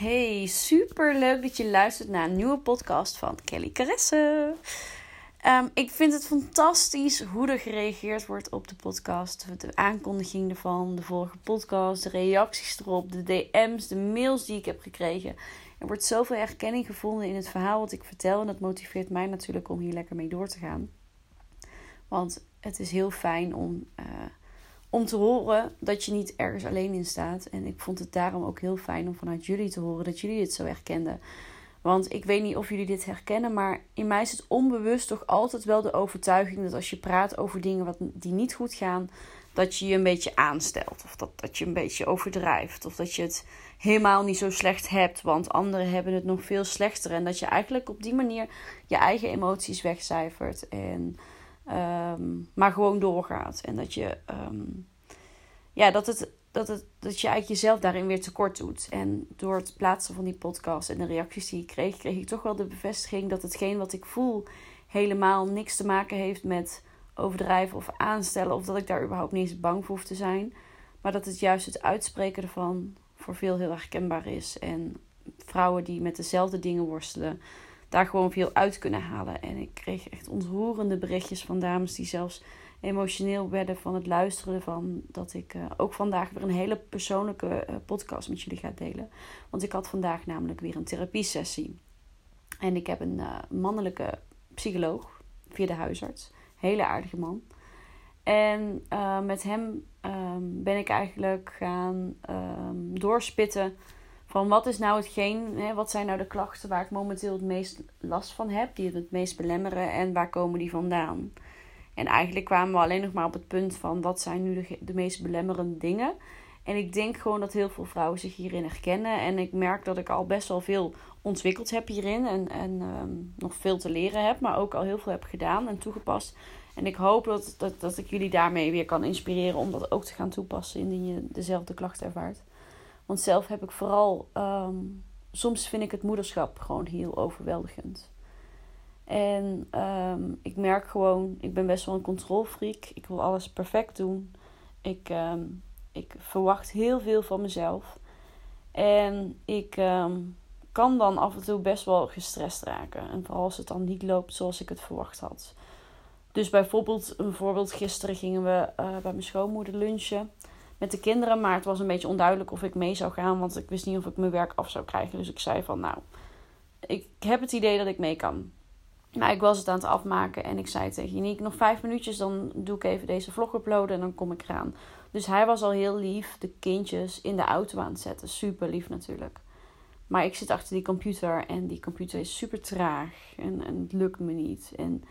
Hey, super leuk dat je luistert naar een nieuwe podcast van Kelly Caresse. Ik vind het fantastisch hoe er gereageerd wordt op de podcast. De aankondiging ervan, de vorige podcast, de reacties erop, de DM's, de mails die ik heb gekregen. Er wordt zoveel erkenning gevonden in het verhaal wat ik vertel. En dat motiveert mij natuurlijk om hier lekker mee door te gaan. Want het is heel fijn om te horen dat je niet ergens alleen in staat. En ik vond het daarom ook heel fijn om vanuit jullie te horen dat jullie dit zo herkenden. Want ik weet niet of jullie dit herkennen, maar in mij is het onbewust toch altijd wel de overtuiging dat als je praat over dingen die niet goed gaan, dat je je een beetje aanstelt. Of dat je een beetje overdrijft. Of dat je het helemaal niet zo slecht hebt, want anderen hebben het nog veel slechter. En dat je eigenlijk op die manier je eigen emoties wegcijfert en maar gewoon doorgaat. En dat je dat je eigenlijk jezelf daarin weer tekort doet. En door het plaatsen van die podcast en de reacties die ik kreeg ik toch wel de bevestiging dat hetgeen wat ik voel helemaal niks te maken heeft met overdrijven of aanstellen. Of dat ik daar überhaupt niet eens bang voor hoef te zijn. Maar dat het juist het uitspreken ervan voor veel heel herkenbaar is. En vrouwen die met dezelfde dingen worstelen, daar gewoon veel uit kunnen halen. En ik kreeg echt ontroerende berichtjes van dames die zelfs emotioneel werden van het luisteren van dat ik ook vandaag weer een hele persoonlijke podcast met jullie ga delen. Want ik had vandaag namelijk weer een therapiesessie. En ik heb een mannelijke psycholoog via de huisarts. Hele aardige man. En met hem ben ik eigenlijk gaan doorspitten van wat is nou hetgeen, wat zijn nou de klachten waar ik momenteel het meest last van heb, die het meest belemmeren en waar komen die vandaan. En eigenlijk kwamen we alleen nog maar op het punt van wat zijn nu de meest belemmerende dingen. En ik denk gewoon dat heel veel vrouwen zich hierin herkennen. En ik merk dat ik al best wel veel ontwikkeld heb hierin. En nog veel te leren heb. Maar ook al heel veel heb gedaan en toegepast. En ik hoop dat ik jullie daarmee weer kan inspireren om dat ook te gaan toepassen indien je dezelfde klachten ervaart. Want zelf heb ik vooral, soms vind ik het moederschap gewoon heel overweldigend. En ik merk gewoon, ik ben best wel een controlfreak. Ik wil alles perfect doen. Ik verwacht heel veel van mezelf. En ik kan dan af en toe best wel gestrest raken. En vooral als het dan niet loopt zoals ik het verwacht had. Dus bijvoorbeeld, gisteren gingen we bij mijn schoonmoeder lunchen met de kinderen. Maar het was een beetje onduidelijk of ik mee zou gaan. Want ik wist niet of ik mijn werk af zou krijgen. Dus ik zei van ik heb het idee dat ik mee kan. Nou, ik was het aan het afmaken en ik zei tegen Janiek, nog 5 minuutjes, dan doe ik even deze vlog uploaden en dan kom ik eraan. Dus hij was al heel lief de kindjes in de auto aan het zetten. Super lief natuurlijk. Maar ik zit achter die computer en die computer is super traag en het lukt me niet. En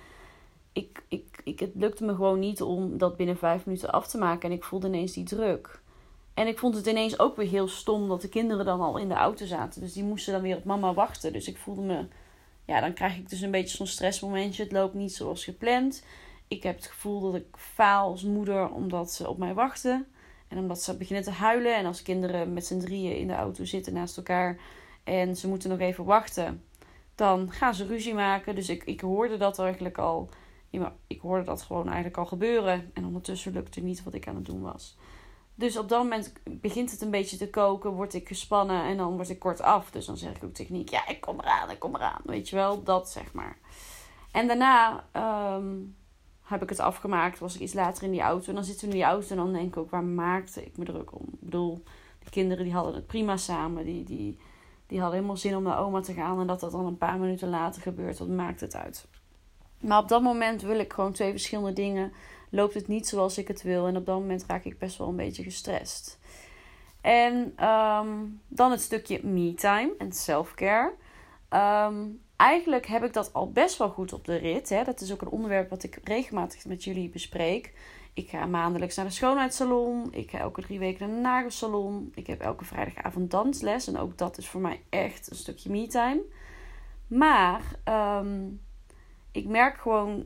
het lukte me gewoon niet om dat binnen 5 minuten af te maken en ik voelde ineens die druk. En ik vond het ineens ook weer heel stom dat de kinderen dan al in de auto zaten. Dus die moesten dan weer op mama wachten. Dus ik voelde me... Ja, dan krijg ik dus een beetje zo'n stressmomentje. Het loopt niet zoals gepland. Ik heb het gevoel dat ik faal als moeder omdat ze op mij wachten. En omdat ze beginnen te huilen. En als kinderen met z'n drieën in de auto zitten naast elkaar en ze moeten nog even wachten, dan gaan ze ruzie maken. Dus ik hoorde dat eigenlijk al. Ik hoorde dat gewoon eigenlijk al gebeuren. En ondertussen lukte niet wat ik aan het doen was. Dus op dat moment begint het een beetje te koken, word ik gespannen en dan word ik kort af. Dus dan zeg ik ook techniek, ja, ik kom eraan. Weet je wel, dat zeg maar. En daarna heb ik het afgemaakt, was ik iets later in die auto. En dan zitten we in die auto en dan denk ik ook, waar maakte ik me druk om? Ik bedoel, de kinderen die hadden het prima samen. Die hadden helemaal zin om naar oma te gaan. En dat dan een paar minuten later gebeurt, wat maakt het uit? Maar op dat moment wil ik gewoon 2 verschillende dingen. Loopt het niet zoals ik het wil. En op dat moment raak ik best wel een beetje gestrest. En dan het stukje me-time en self-care. Eigenlijk heb ik dat al best wel goed op de rit. Hè. Dat is ook een onderwerp wat ik regelmatig met jullie bespreek. Ik ga maandelijks naar de schoonheidssalon. Ik ga elke 3 weken naar de nagelsalon. Ik heb elke vrijdagavond dansles. En ook dat is voor mij echt een stukje me-time. Maar ik merk gewoon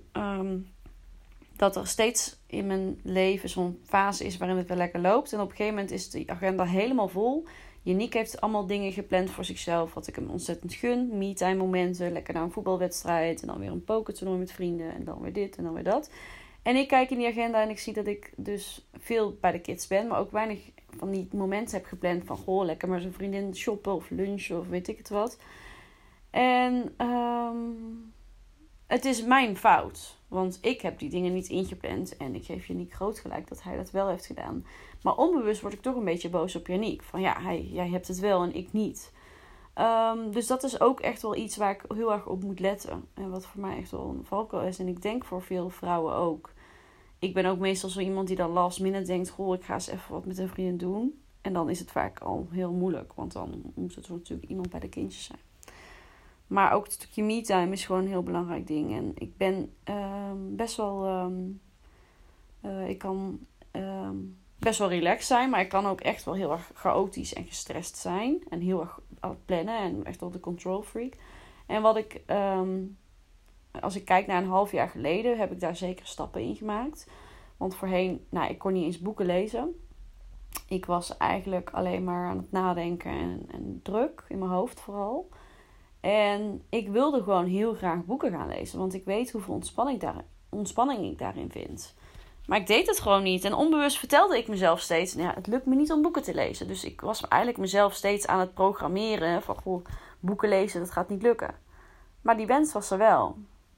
dat er steeds in mijn leven zo'n fase is waarin het wel lekker loopt. En op een gegeven moment is de agenda helemaal vol. Janiek heeft allemaal dingen gepland voor zichzelf, wat ik hem ontzettend gun. Me-time momenten, lekker naar een voetbalwedstrijd en dan weer een pokertoernooi met vrienden en dan weer dit en dan weer dat. En ik kijk in die agenda en ik zie dat ik dus veel bij de kids ben, maar ook weinig van die momenten heb gepland van goh, lekker maar zo'n vriendin shoppen of lunchen of weet ik het wat. En het is mijn fout. Want ik heb die dingen niet ingepland. En ik geef Yannick groot gelijk dat hij dat wel heeft gedaan. Maar onbewust word ik toch een beetje boos op Yannick. Van ja, jij hebt het wel en ik niet. Dus dat is ook echt wel iets waar ik heel erg op moet letten. En wat voor mij echt wel een valkuil is. En ik denk voor veel vrouwen ook. Ik ben ook meestal zo iemand die dan last minute denkt... goh, ik ga eens even wat met een vriendin doen. En dan is het vaak al heel moeilijk. Want dan moet het natuurlijk iemand bij de kindjes zijn. Maar ook het stukje me-time is gewoon een heel belangrijk ding. En ik ben best wel... ik kan best wel relaxed zijn. Maar ik kan ook echt wel heel erg chaotisch en gestrest zijn. En heel erg aan het plannen. En echt wel de control freak. En wat ik... als ik kijk naar een half jaar geleden... heb ik daar zeker stappen in gemaakt. Want voorheen... ik kon niet eens boeken lezen. Ik was eigenlijk alleen maar aan het nadenken. En druk in mijn hoofd vooral. En ik wilde gewoon heel graag boeken gaan lezen. Want ik weet hoeveel ontspanning ik daarin vind. Maar ik deed het gewoon niet. En onbewust vertelde ik mezelf steeds... het lukt me niet om boeken te lezen. Dus ik was eigenlijk mezelf steeds aan het programmeren. Van, goh, boeken lezen, dat gaat niet lukken. Maar die wens was er wel.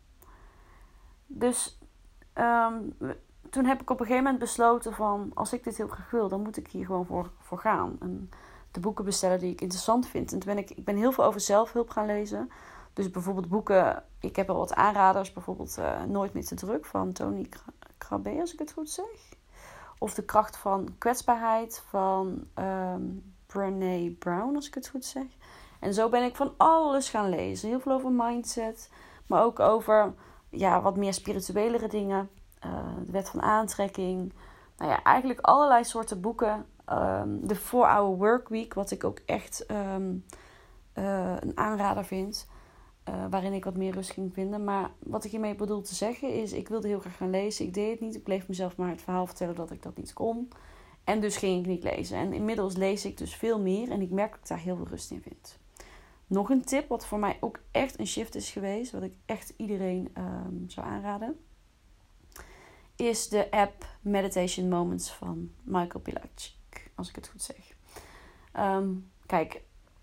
Dus toen heb ik op een gegeven moment besloten van... als ik dit heel graag wil, dan moet ik hier gewoon voor gaan. En de boeken bestellen die ik interessant vind. En toen ben ik ben heel veel over zelfhulp gaan lezen. Dus bijvoorbeeld boeken... Ik heb al wat aanraders. Bijvoorbeeld Nooit meer te druk van Tony Krabbe, als ik het goed zeg. Of De kracht van kwetsbaarheid van Brené Brown, als ik het goed zeg. En zo ben ik van alles gaan lezen. Heel veel over mindset. Maar ook over wat meer spirituelere dingen. De wet van aantrekking. Eigenlijk allerlei soorten boeken. De 4-Hour Workweek, wat ik ook echt een aanrader vind. Waarin ik wat meer rust ging vinden. Maar wat ik hiermee bedoel te zeggen is... ik wilde heel graag gaan lezen. Ik deed het niet. Ik bleef mezelf maar het verhaal vertellen dat ik dat niet kon. En dus ging ik niet lezen. En inmiddels lees ik dus veel meer. En ik merk dat ik daar heel veel rust in vind. Nog een tip, wat voor mij ook echt een shift is geweest. Wat ik echt iedereen zou aanraden. Is de app Meditation Moments van Michael Pilarczyk. Als ik het goed zeg. Kijk,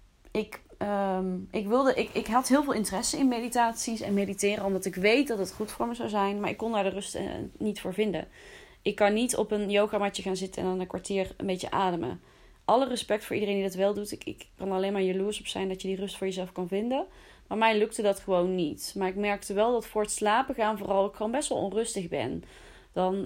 ik had heel veel interesse in meditaties en mediteren. Omdat ik weet dat het goed voor me zou zijn. Maar ik kon daar de rust niet voor vinden. Ik kan niet op een yogamatje gaan zitten en dan een kwartier een beetje ademen. Alle respect voor iedereen die dat wel doet. Ik kan alleen maar jaloers op zijn dat je die rust voor jezelf kan vinden. Maar mij lukte dat gewoon niet. Maar ik merkte wel dat voor het slapen gaan vooral ik gewoon best wel onrustig ben. Dan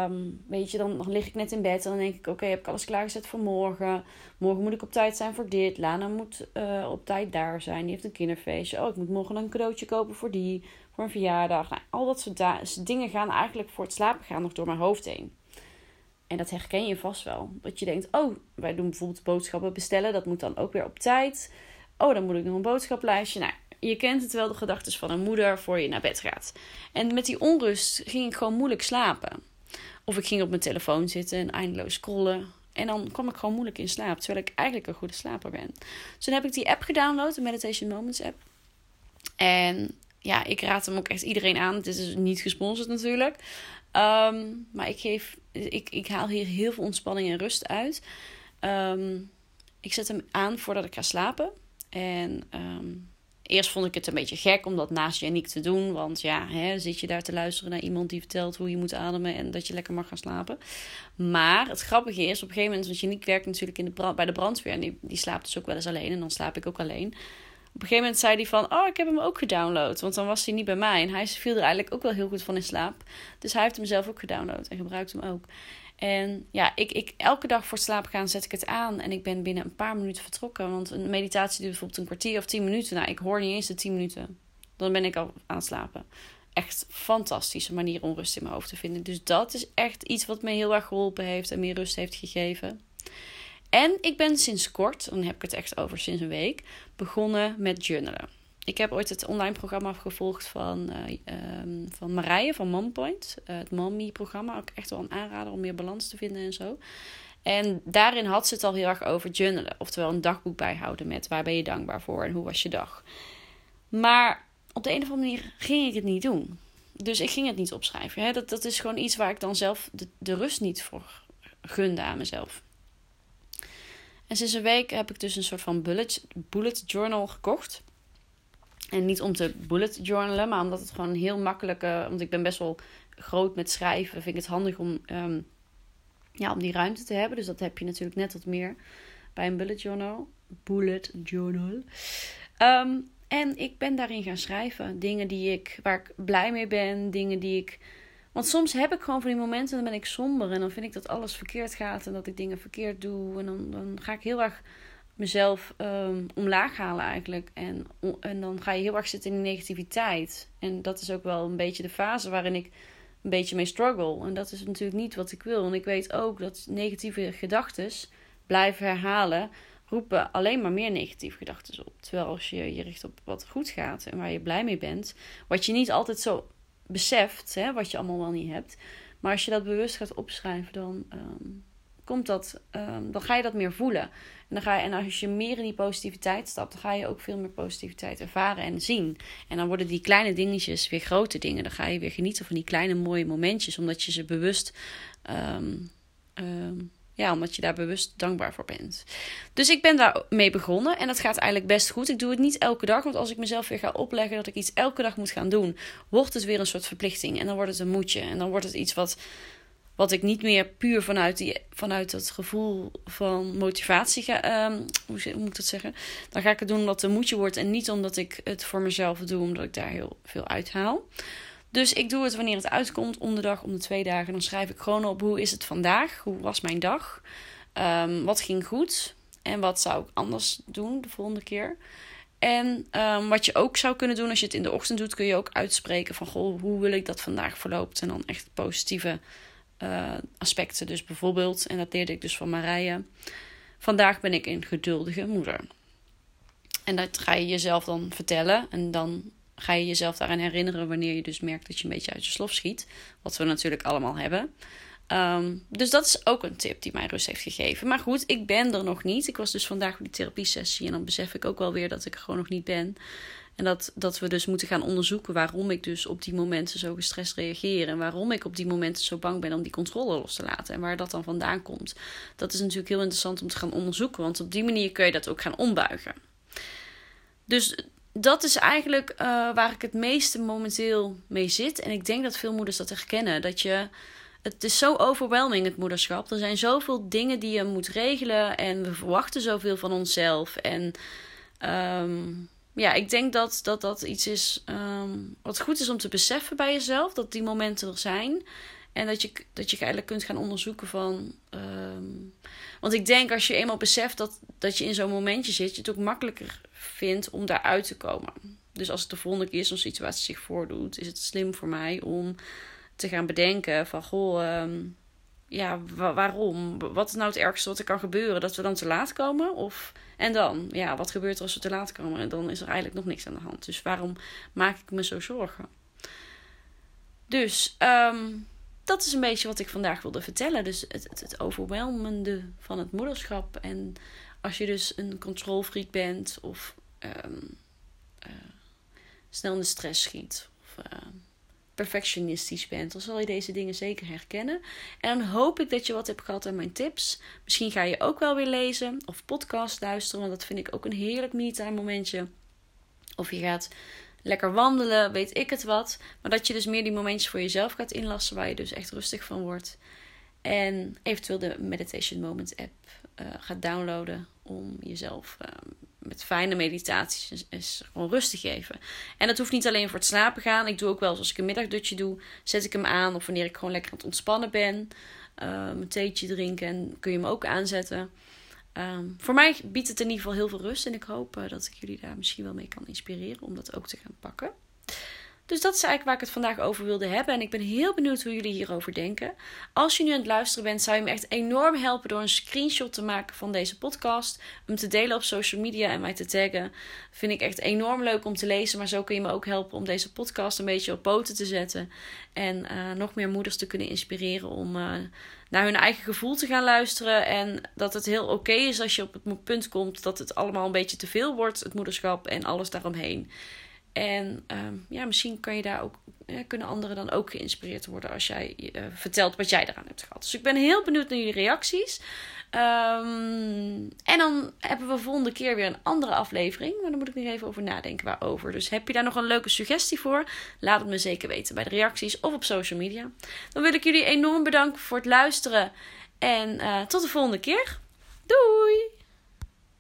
lig ik net in bed en dan denk ik... oké, heb ik alles klaargezet voor morgen? Morgen moet ik op tijd zijn voor dit. Lana moet op tijd daar zijn. Die heeft een kinderfeestje. Ik moet morgen een cadeautje kopen voor die. Voor een verjaardag. Al dat soort dingen gaan eigenlijk voor het slapen gaan nog door mijn hoofd heen. En dat herken je vast wel. Dat je denkt, wij doen bijvoorbeeld boodschappen bestellen. Dat moet dan ook weer op tijd. Dan moet ik nog een boodschaplijstje. Je kent het wel, de gedachten van een moeder voor je naar bed gaat. En met die onrust ging ik gewoon moeilijk slapen. Of ik ging op mijn telefoon zitten en eindeloos scrollen. En dan kwam ik gewoon moeilijk in slaap. Terwijl ik eigenlijk een goede slaper ben. Dus toen heb ik die app gedownload, de Meditation Moments app. En ik raad hem ook echt iedereen aan. Het is dus niet gesponsord natuurlijk. Maar ik haal hier heel veel ontspanning en rust uit. Ik zet hem aan voordat ik ga slapen. En eerst vond ik het een beetje gek om dat naast Yannick te doen. Want zit je daar te luisteren naar iemand die vertelt hoe je moet ademen en dat je lekker mag gaan slapen. Maar het grappige is, op een gegeven moment, want Yannick werkt natuurlijk bij de brandweer. En die slaapt dus ook wel eens alleen. En dan slaap ik ook alleen. Op een gegeven moment zei hij van... ik heb hem ook gedownload. Want dan was hij niet bij mij. En hij viel er eigenlijk ook wel heel goed van in slaap. Dus hij heeft hem zelf ook gedownload. En gebruikt hem ook. En ik elke dag voor het slapen gaan zet ik het aan. En ik ben binnen een paar minuten vertrokken. Want een meditatie duurt bijvoorbeeld een kwartier of 10 minuten. Ik hoor niet eens de 10 minuten. Dan ben ik al aan het slapen. Echt fantastische manier om rust in mijn hoofd te vinden. Dus dat is echt iets wat me heel erg geholpen heeft. En meer rust heeft gegeven. En ik ben sinds kort, dan heb ik het echt over sinds een week, begonnen met journalen. Ik heb ooit het online programma gevolgd van Marije van MomPoint. Het Mommy-programma. Ook echt wel een aanrader om meer balans te vinden en zo. En daarin had ze het al heel erg over journalen. Oftewel een dagboek bijhouden met waar ben je dankbaar voor en hoe was je dag. Maar op de een of andere manier ging ik het niet doen. Dus ik ging het niet opschrijven. Dat is gewoon iets waar ik dan zelf de rust niet voor gunde aan mezelf. En sinds een week heb ik dus een soort van bullet journal gekocht. En niet om te bullet journalen, maar omdat het gewoon heel makkelijk... want ik ben best wel groot met schrijven. Vind ik het handig om die ruimte te hebben. Dus dat heb je natuurlijk net wat meer bij een bullet journal. En ik ben daarin gaan schrijven. Dingen waar ik blij mee ben. Dingen die ik... Want soms heb ik gewoon van die momenten en dan ben ik somber. En dan vind ik dat alles verkeerd gaat en dat ik dingen verkeerd doe. En dan ga ik heel erg mezelf omlaag halen eigenlijk. En dan ga je heel erg zitten in die negativiteit. En dat is ook wel een beetje de fase waarin ik een beetje mee struggle. En dat is natuurlijk niet wat ik wil. En ik weet ook dat negatieve gedachten blijven herhalen... roepen alleen maar meer negatieve gedachten op. Terwijl als je je richt op wat goed gaat en waar je blij mee bent... wat je niet altijd zo beseft, wat je allemaal wel niet hebt... maar als je dat bewust gaat opschrijven, dan dan ga je dat meer voelen. En als je meer in die positiviteit stapt... dan ga je ook veel meer positiviteit ervaren en zien. En dan worden die kleine dingetjes weer grote dingen. Dan ga je weer genieten van die kleine mooie momentjes... omdat je ze bewust... omdat je daar bewust dankbaar voor bent. Dus ik ben daarmee begonnen. En dat gaat eigenlijk best goed. Ik doe het niet elke dag. Want als ik mezelf weer ga opleggen dat ik iets elke dag moet gaan doen... wordt het weer een soort verplichting. En dan wordt het een moedje. En dan wordt het iets wat ik niet meer puur vanuit het gevoel van motivatie ga... hoe moet ik dat zeggen? Dan ga ik het doen omdat het een moedje wordt. En niet omdat ik het voor mezelf doe. Omdat ik daar heel veel uithaal. Dus ik doe het wanneer het uitkomt, om de dag, om de 2 dagen. Dan schrijf ik gewoon op, hoe is het vandaag? Hoe was mijn dag? Wat ging goed? En wat zou ik anders doen de volgende keer? En wat je ook zou kunnen doen als je het in de ochtend doet... kun je ook uitspreken van, goh, hoe wil ik dat vandaag verloopt? En dan echt positieve aspecten. Dus bijvoorbeeld, en dat leerde ik dus van Marije... vandaag ben ik een geduldige moeder. En dat ga je jezelf dan vertellen en dan... ga je jezelf daaraan herinneren wanneer je dus merkt dat je een beetje uit je slof schiet. Wat we natuurlijk allemaal hebben. Dus dat is ook een tip die mij rust heeft gegeven. Maar goed, ik ben er nog niet. Ik was dus vandaag op die therapiesessie. En dan besef ik ook wel weer dat ik er gewoon nog niet ben. En dat we dus moeten gaan onderzoeken waarom ik dus op die momenten zo gestrest reageer. En waarom ik op die momenten zo bang ben om die controle los te laten. En waar dat dan vandaan komt. Dat is natuurlijk heel interessant om te gaan onderzoeken. Want op die manier kun je dat ook gaan ombuigen. Dus... dat is eigenlijk waar ik het meeste momenteel mee zit. En ik denk dat veel moeders dat herkennen. Het is zo overwhelming, het moederschap. Er zijn zoveel dingen die je moet regelen. En we verwachten zoveel van onszelf. En ik denk dat iets is wat goed is om te beseffen bij jezelf. Dat die momenten er zijn. En dat je eigenlijk kunt gaan onderzoeken van... want ik denk als je eenmaal beseft dat je in zo'n momentje zit... je het ook makkelijker vindt om daaruit te komen. Dus als het de volgende keer zo'n situatie zich voordoet... is het slim voor mij om te gaan bedenken van... waarom? Wat is nou het ergste wat er kan gebeuren? Dat we dan te laat komen? En dan? Ja, wat gebeurt er als we te laat komen? En dan is er eigenlijk nog niks aan de hand. Dus waarom maak ik me zo zorgen? Dus... dat is een beetje wat ik vandaag wilde vertellen. Dus het overwelmende van het moederschap. En als je dus een controlfreak bent... of snel in de stress schiet... of perfectionistisch bent... dan zal je deze dingen zeker herkennen. En dan hoop ik dat je wat hebt gehad aan mijn tips. Misschien ga je ook wel weer lezen... of podcast luisteren... want dat vind ik ook een heerlijk me-time momentje. Of je gaat... lekker wandelen, weet ik het wat. Maar dat je dus meer die momentjes voor jezelf gaat inlassen... waar je dus echt rustig van wordt. En eventueel de Meditation Moments app gaat downloaden... om jezelf met fijne meditaties eens gewoon rust te geven. En dat hoeft niet alleen voor het slapen gaan. Ik doe ook wel eens als ik een middagdutje doe... zet ik hem aan of wanneer ik gewoon lekker aan het ontspannen ben... een theetje drinken en kun je hem ook aanzetten... voor mij biedt het in ieder geval heel veel rust. En ik hoop dat ik jullie daar misschien wel mee kan inspireren. Om dat ook te gaan pakken. Dus dat is eigenlijk waar ik het vandaag over wilde hebben. En ik ben heel benieuwd hoe jullie hierover denken. Als je nu aan het luisteren bent, zou je me echt enorm helpen... door een screenshot te maken van deze podcast. Hem te delen op social media en mij te taggen. Vind ik echt enorm leuk om te lezen. Maar zo kun je me ook helpen om deze podcast een beetje op poten te zetten. En nog meer moeders te kunnen inspireren om... naar hun eigen gevoel te gaan luisteren. En dat het heel oké is als je op het punt komt... dat het allemaal een beetje te veel wordt, het moederschap en alles daaromheen. En misschien kan je daar ook, kunnen anderen dan ook geïnspireerd worden als jij vertelt wat jij eraan hebt gehad. Dus ik ben heel benieuwd naar jullie reacties. En dan hebben we volgende keer weer een andere aflevering. Maar dan moet ik nog even over nadenken waarover. Dus heb je daar nog een leuke suggestie voor? Laat het me zeker weten bij de reacties of op social media. Dan wil ik jullie enorm bedanken voor het luisteren. En tot de volgende keer. Doei!